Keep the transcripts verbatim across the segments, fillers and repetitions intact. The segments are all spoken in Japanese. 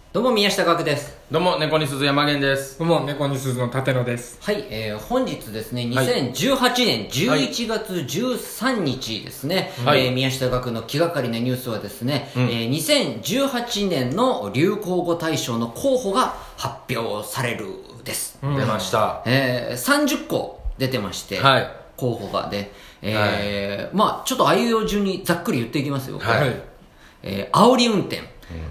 どうも宮下岳です。 どうも猫に鈴山源です。 どうも猫に鈴の立野です。 はい、えー、本日ですね、にせんじゅうはちねんじゅういちがつじゅうさんにちですね、はい、えー、宮下岳の気がかりなニュースはですね、うん、えー、にせんじゅうはちねんの流行語大賞の候補が発表されるです。 うん、出ました。 えー、さんじゅっこ出てまして、はい、候補がで、えーはい、まあちょっとあいうえお順にざっくり言っていきますよ。はい、えー、煽り運転、うん、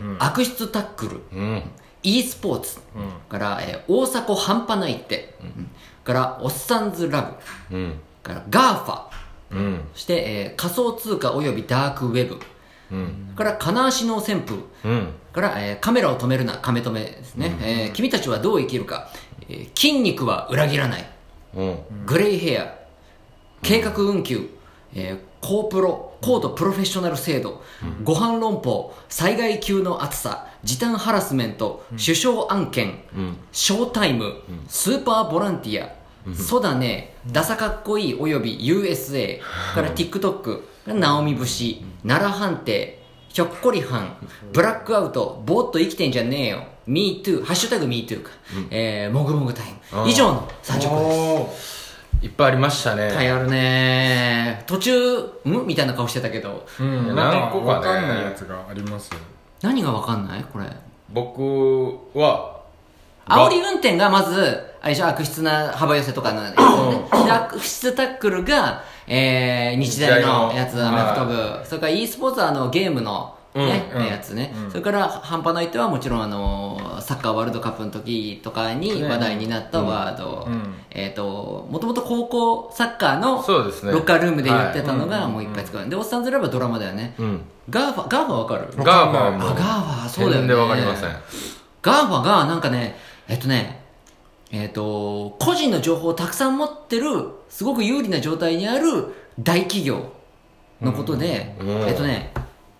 悪質タックル、うん、e スポーツ、うん、から、えー、大迫半端ないって、うん、からおっさんずラブ、うん、からガーファ、うん、そして、えー、仮想通貨およびダークウェブ、うん、から金足の旋風、うん、から、えー、カメラを止めるなカメ止めですね、うん、えー、君たちはどう生きるか、えー、筋肉は裏切らない、うん、グレイヘア、計画運休、えー、高プロ高度プロフェッショナル制度、うん、ご飯論法、災害級の暑さ、時短ハラスメント、うん、首相案件、うん、ショータイム、うん、スーパーボランティア、うん、そうだね、ダサかっこいいおよび ユーエスエー から TikTok、ナオミ節、奈良判定、ひょっこりはん、ブラックアウト、ぼーっと生きてんじゃねえよ、MeToo、ハッシュタグ MeToo か、うん、えー、もぐもぐタイム、以上のさんじゅっこです。 いっぱいありましたね。 いっぱいあるね。途中んみたいな顔してたけど、 うん、何個か分かんないやつがありますよ。 何が分かんないこれ。 僕は煽り運転がまずあれじゃ悪質な幅寄せとかのやつね。悪質タックルが、えー、日大のやつ、アメフト部、それから e スポーツはあのゲームのね、うん、やつね、うん、それから半端ない手はもちろんあのサッカーワールドカップの時とかに話題になったワード、うんうん、えっ、ー、ともともと高校サッカーのロッカールームで言ってたのがもういっぱい使う、はい、でおっさんずラブはドラマだよね、うん、ガーファガーファわかる？ ガーファはもうガーファそうだよね。 全然わかりません。 ガーファがなんかねえっとねえっ、ー、と個人の情報をたくさん持ってるすごく有利な状態にある大企業のことで、うん、えっ、ー、とね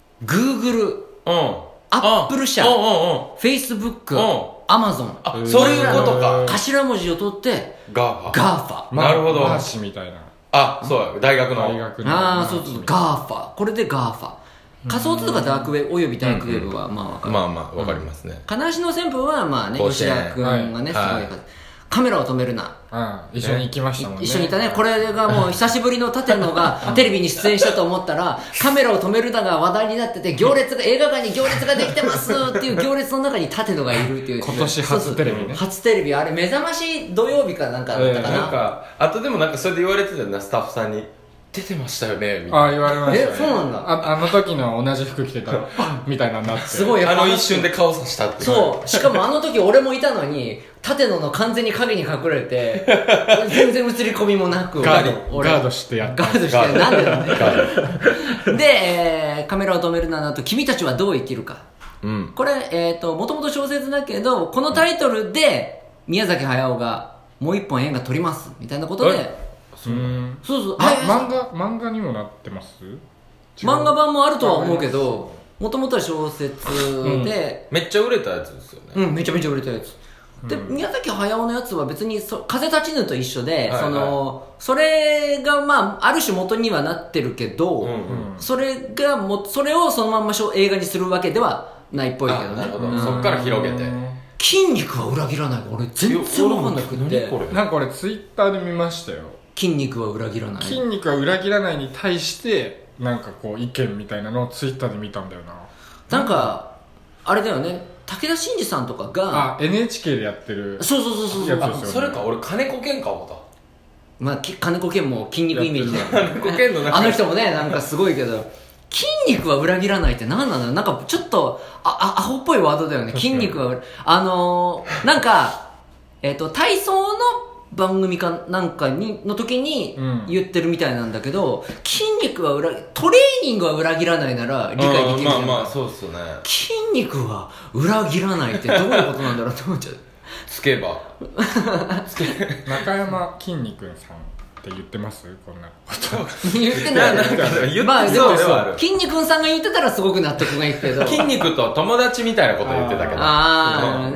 Google、うん、Apple 社、うんうんうん、Facebook、うん、Amazon、 あ、そういうことか。 頭文字を取ってガーファ。 ガーファ。 なるほど。 マーシみたいな。 あ、そう大学の。 大学の。 ああ、そうそうそう。ガーファ。これでガーファ。仮想通貨ダークウェブおよびダークウェブはまあわかる。 まあまあわかりますね。 金足の旋風はまあね、吉田君がね、すごい。カメラを止めるな。 うん、一緒に行きましたもんね。 一緒にいたね。これがもう久しぶりの立野がテレビに出演したと思ったら、カメラを止めるなが話題になってて、行列が、映画館に行列ができてますっていう行列の中に立野がいるっていう。 今年初テレビね。 初テレビ。あれ、目覚まし土曜日かなんかだったかな。 えー、なんか、あとでもなんかそれで言われてたよな、スタッフさんに。出てましたよねみたいな。 ああ、言われましたね。 え、そうなんだ。 あ、あの時の同じ服着てたみたいなになって。 すごい。 あの一瞬で顔さしたって。 そう。しかもあの時俺もいたのに、立野の完全に影に隠れて、全然映り込みもなく。 ガード、ガードしてやった。 ガードして、なんでなんだよ。で、えー、カメラを止めるななと、君たちはどう生きるか。うん。これ、えっと、もともと小説だけど、このタイトルで、宮崎駿がもう一本映画撮ります。みたいなことで、 うん、 そうそう、 ま、漫画漫画にもなってます？ 漫画版もあるとは思うけど、もともとは小説で、 うん、めっちゃ売れたやつですよね。 うん、めちゃめちゃ売れたやつ。で、うん、宮崎駿のやつは別にそ風立ちぬと一緒で、はいはい、そのそれがまあある種元にはなってるけど、うんうん、それがもそれをそのまんま映画にするわけではないっぽいけどね。 なるほど、うん、そっから広げて。 筋肉は裏切らない。俺全然わかんなくって。 なんか俺ツイッターで見ましたよ。 筋肉は裏切らない。 筋肉は裏切らないに対してなんかこう意見みたいなのをツイッターで見たんだよな。 なんかあれだよね、武田真治さんとかがあ エヌエイチケー でやってるそうそうそうそうやつですよね。 それか俺金子健か思った。 まあ金子健も筋肉イメージだよ金子健の中あの人もねなんかすごいけど筋肉は裏切らないって何なんだろう。なんかちょっとああアホっぽいワードだよね。筋肉はあのー、なんかえっ、ー、と体操の番組かなんかにの時に言ってるみたいなんだけど、うん、筋肉は裏トレーニングは裏切らないなら理解できるじゃん。 まあまあそうっすよね。 筋肉は裏切らないってどういうことなんだろうって思っちゃう。 つけばつけ中山きんに君さんって言ってます？こんなこと言ってない。なんか言ってまあでも筋肉さんが言ってたらすごく納得がいくけど筋肉と友達みたいなこと言ってたけど。 ああ、 言ってたね。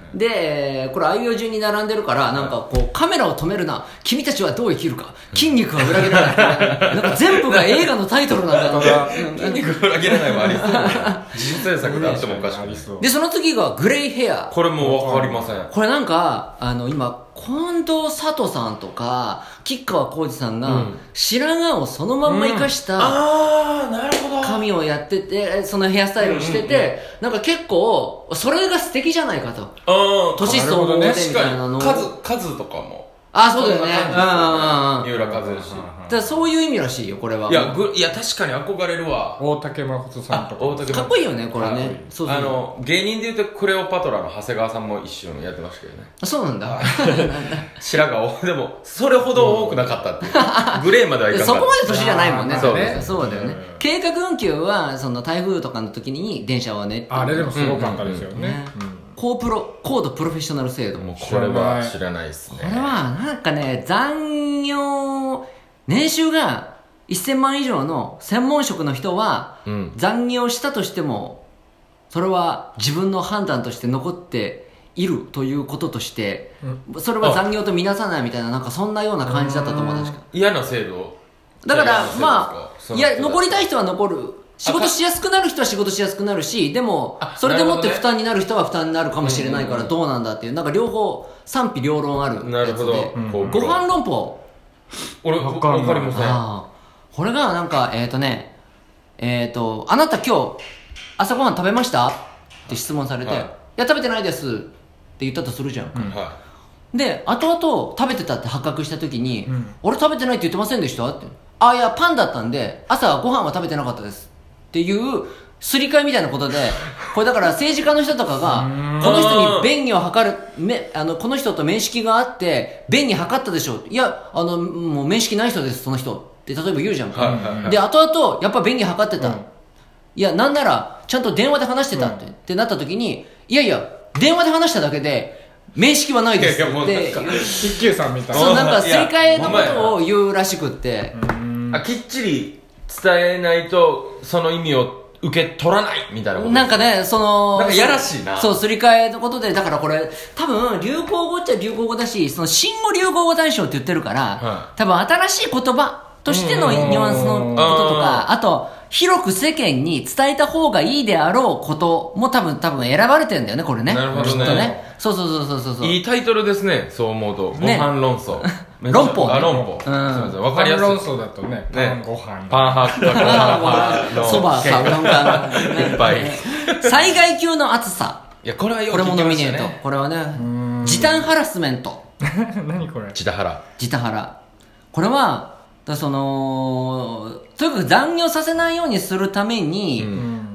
でこれあいうえお順に並んでるからなんかこうカメラを止めるな君たちはどう生きるか筋肉は裏切らないなんか全部が映画のタイトルなんだとか筋肉は裏切らないもありそうね自主制作であってもおかしくないでその次がグレイヘアこれも分かりませんこれなんかあの今近藤サトさんとか吉川晃司さんが、うん、白髪をそのまんま生かした髪をやっててそのヘアスタイルをしてて、うんうんうん、なんか結構それが素敵じゃないかと年相応でみたいなのを数数とかもあそうだよね三浦和義だそういう意味らしいよこれはいやぐいや確かに憧れるわ大竹誠さんとか大竹かっこいいよねこれねそうそうあの芸人でいうとクレオパトラの長谷川さんも一瞬やってましたけどねそうなんだ白髪でもそれほど多くなかったっていうグレーまではいかなかったそこまで年じゃないもんねそうねそうだよね計画運休はその台風とかの時に電車をねあれでもすごかったですよね高プロ高度プロフェッショナル制度もうこれは知らないですねこれはなんかね残業年収がせんまん以上の専門職の人は、うん、残業したとしてもそれは自分の判断として残っているということとして、うん、それは残業とみなさないみたいななんかそんなような感じだったと思う確か嫌な制度だからまあいや残りたい人は残る仕事しやすくなる人は仕事しやすくなるしでもそれでもって負担になる人は負担になるかもしれないからどうなんだっていうなんか両方賛否両論あるやつでなるほど、うん、 ご飯論法俺分かりませんあこれがなんかえっ、ー、とねえっ、ー、とあなた今日朝ごはん食べましたって質問されて、はい、いや食べてないですって言ったとするじゃん、うんはい、で後々食べてたって発覚した時に、うん、俺食べてないって言ってませんでしたってあいやパンだったんで朝ご飯は食べてなかったですっていうすり替えみたいなことでこれだから政治家の人とかがこの人に便宜を図るめあのこの人と面識があって便宜図ったでしょいやあのもう面識ない人ですその人って例えば言うじゃんか、はいはいはい、で後々やっぱ便宜図ってた、うん、いやなんならちゃんと電話で話してたって、うん、ってなった時にいやいや電話で話しただけで面識はないですって一休さんみたいなそうなんかすり替えのことを言うらしくってあきっちり伝えないとその意味を受け取らないみたいなことなんかねそのなんかやらしいなそうすり替えのことでだからこれ多分流行語っちゃ流行語だしその新語・流行語大賞って言ってるから、はい、多分新しい言葉としてのニュアンスのこととかあと広く世間に伝えた方がいいであろうことも多分多分選ばれてるんだよねこれねなるほどねきっとねそうそうそうそうそういいタイトルですねそう思うと、ね、ご飯論争論法、ね、 あ論法、うん、すみません分かりやすいパン論争だとねパンご飯パン派ご飯そばかうどんかいっぱい災害級の暑さいやこれはよく聞きましたねこれもノミネートこれはね時短ハラスメント何これ時短ハラ時短ハラこれはだそのとにかく残業させないようにするために、うん、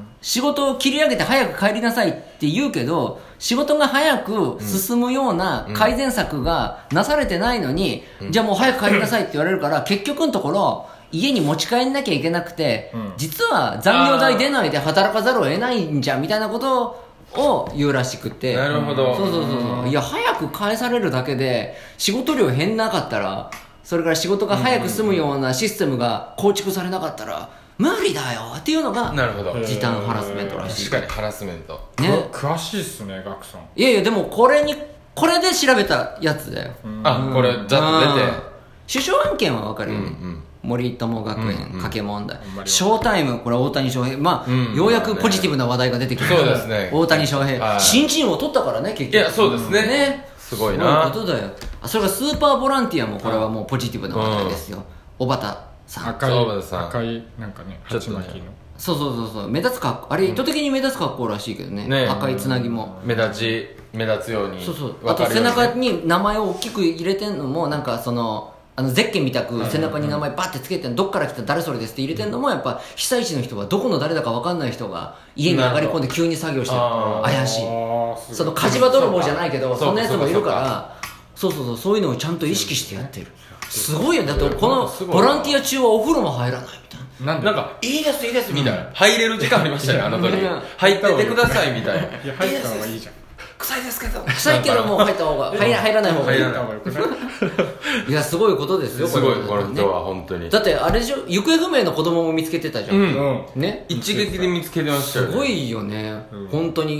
仕事を切り上げて早く帰りなさいって言うけど仕事が早く進むような改善策がなされてないのに、うん、じゃあもう早く帰りなさいって言われるから結局のところ家に持ち帰んなきゃいけなくて、うん、実は残業代出ないで働かざるを得ないんじゃみたいなことを言うらしくてなるほどそうそうそうそういや早く返されるだけで仕事量減んなかったらそれから仕事が早く済むようなシステムが構築されなかったら無理だよっていうのが時短ハラスメントらしい。 確かにハラスメントね詳しいっすねガクさん。 いやいやでもこれにこれで調べたやつだよ。 あ、うん、これざっと出て首相案件は分かるよ、うんうん、森友学園賭け問題、うんうん、ショータイムこれ大谷翔平まあ、うん、ようやくポジティブな話題が出てきて、 そうですね大谷翔平新人王取ったからね結局。 いやそうですね、 ねすごいなそういうことだよ。あそれがスーパーボランティアもこれはもうポジティブな話題ですよ、うん、小畑さん赤い赤いなんかね鉢巻きのそうそうそうそう目立つ格好あれ意図的に目立つ格好らしいけどね、ね赤いつなぎも目立ち目立つようにそうそうあと背中に名前を大きく入れてんのもなんかそのあのゼッケンみたく背中に名前バッてつけてどっから来た誰それですって入れてんのもやっぱ被災地の人はどこの誰だか分かんない人が家に上がり込んで急に作業してる怪しいその火事場泥棒じゃないけどそんなやつもいるからそうそうそうそういうのをちゃんと意識してやってるすごいよねだってこのボランティア中はお風呂も入らないみたいななんなんかいいですいいですみたいな、うん、入れる時間ありましたねあの時入っててくださいみたいないや入った方がいいじゃん臭いですけど臭いけどもう入った方が入ら入らない方がいい入らない方がよくないいやすごいことですよすごいこの人は本当にだってあれでしょ行方不明の子供も見つけてたじゃん、うんね一撃で見つけてましたよねすごいよね、うん、本当に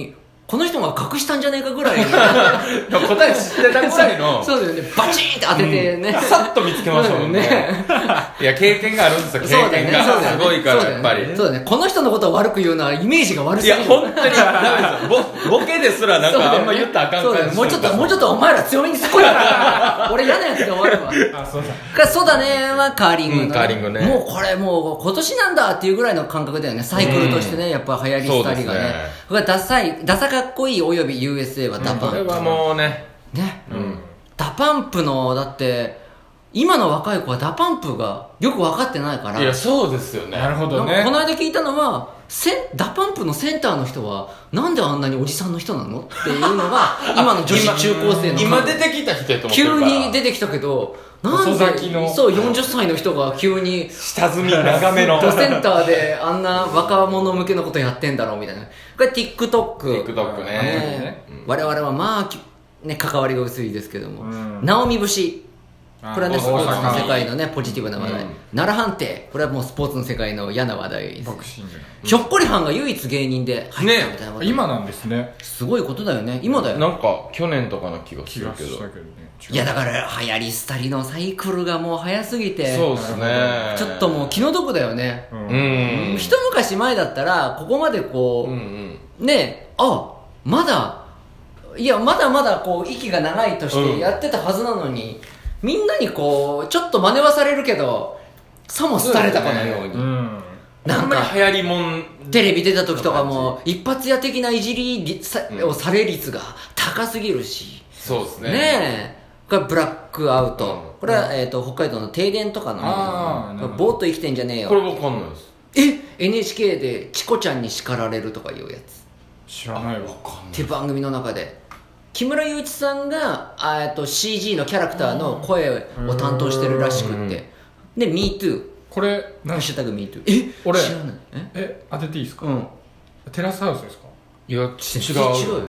この人が隠したんじゃねえかぐらい答え知ってたぐらいのそうだよね、バチンって当ててね、 うん、さっと見つけましたもんねねいや経験があるんですよ、経験がすごいからやっぱり、 そうだね、この人のことを悪く言うのはイメージが悪すぎる。 いや本当にダメですよ、ボ, ボケですらなんかあんま言ったらあかんから、 もうちょっともうちょっとお前ら強めに突っ込んだ俺嫌なやつが終わるわあ、そうだそうだねはカーリングの、ね、 うん、カーリングね、 もうこれもう今年なんだっていうぐらいの感覚だよね、サイクルとしてね、うん、やっぱ流行り廃りがね、これダサいダサかっこいいおよび ユーエスエー はダパンプ、 うん、これはもうねね、うん、ダパンプのだって今の若い子はダパンプがよく分かってないから。 いやそうですよね、 なるほどね。 この間聞いたのはセダパンプのセンターの人はなんであんなにおじさんの人なのっていうのが今の女子中高生の今出てきた人やと思ってるから急に出てきたけど、なんでそうよんじゅっさいの人が急に下積み長めのドセンターであんな若者向けのことやってんだろうみたいな。これ TikTok、TikTok ね、 ね、うん、我々はまあね関わりが薄いですけども、うん、ナオミ節、これはねスポーツの世界のねポジティブな話題、うん、奈良判定、これはもうスポーツの世界の嫌な話題です。 ボクシング、 ひょっこりはんが唯一芸人で入ったみたいなこと、 ね、今なんですね。 すごいことだよね、今だよ。 なんか去年とかの気がするけど、 ね、 いやだから流行り廃りのサイクルがもう早すぎて、 そうですね、 ちょっともう気の毒だよね、 うん、 うん、一昔前だったらここまでこう、うんうん、ね、あまだいやまだまだこう息が長いとしてやってたはずなのに、うん、みんなにこうちょっと真似はされるけどさも廃れたかのように、うん、 なんか流行りもんテレビ出た時とかも一発屋的ないじりをされ率が高すぎるし、 そうですね。 ねえ。これブラックアウト。うん、これは、えーと、北海道の停電とかの。ああ。ぼーっと生きてんじゃねえよ。 これわかんないです。 え ?エヌエイチケー でチコちゃんに叱られるとかいうやつ。 知らないわ。 っていう番組の中で。木村祐一さんが、えーと、シージー のキャラクターの声を担当してるらしくって。で、MeToo。 これ、 ハッシュタグ MeToo。 え俺、 知らない。 ええ当てていいですか？ うん。 テラスハウスですか？ いや、違う。 違うよ。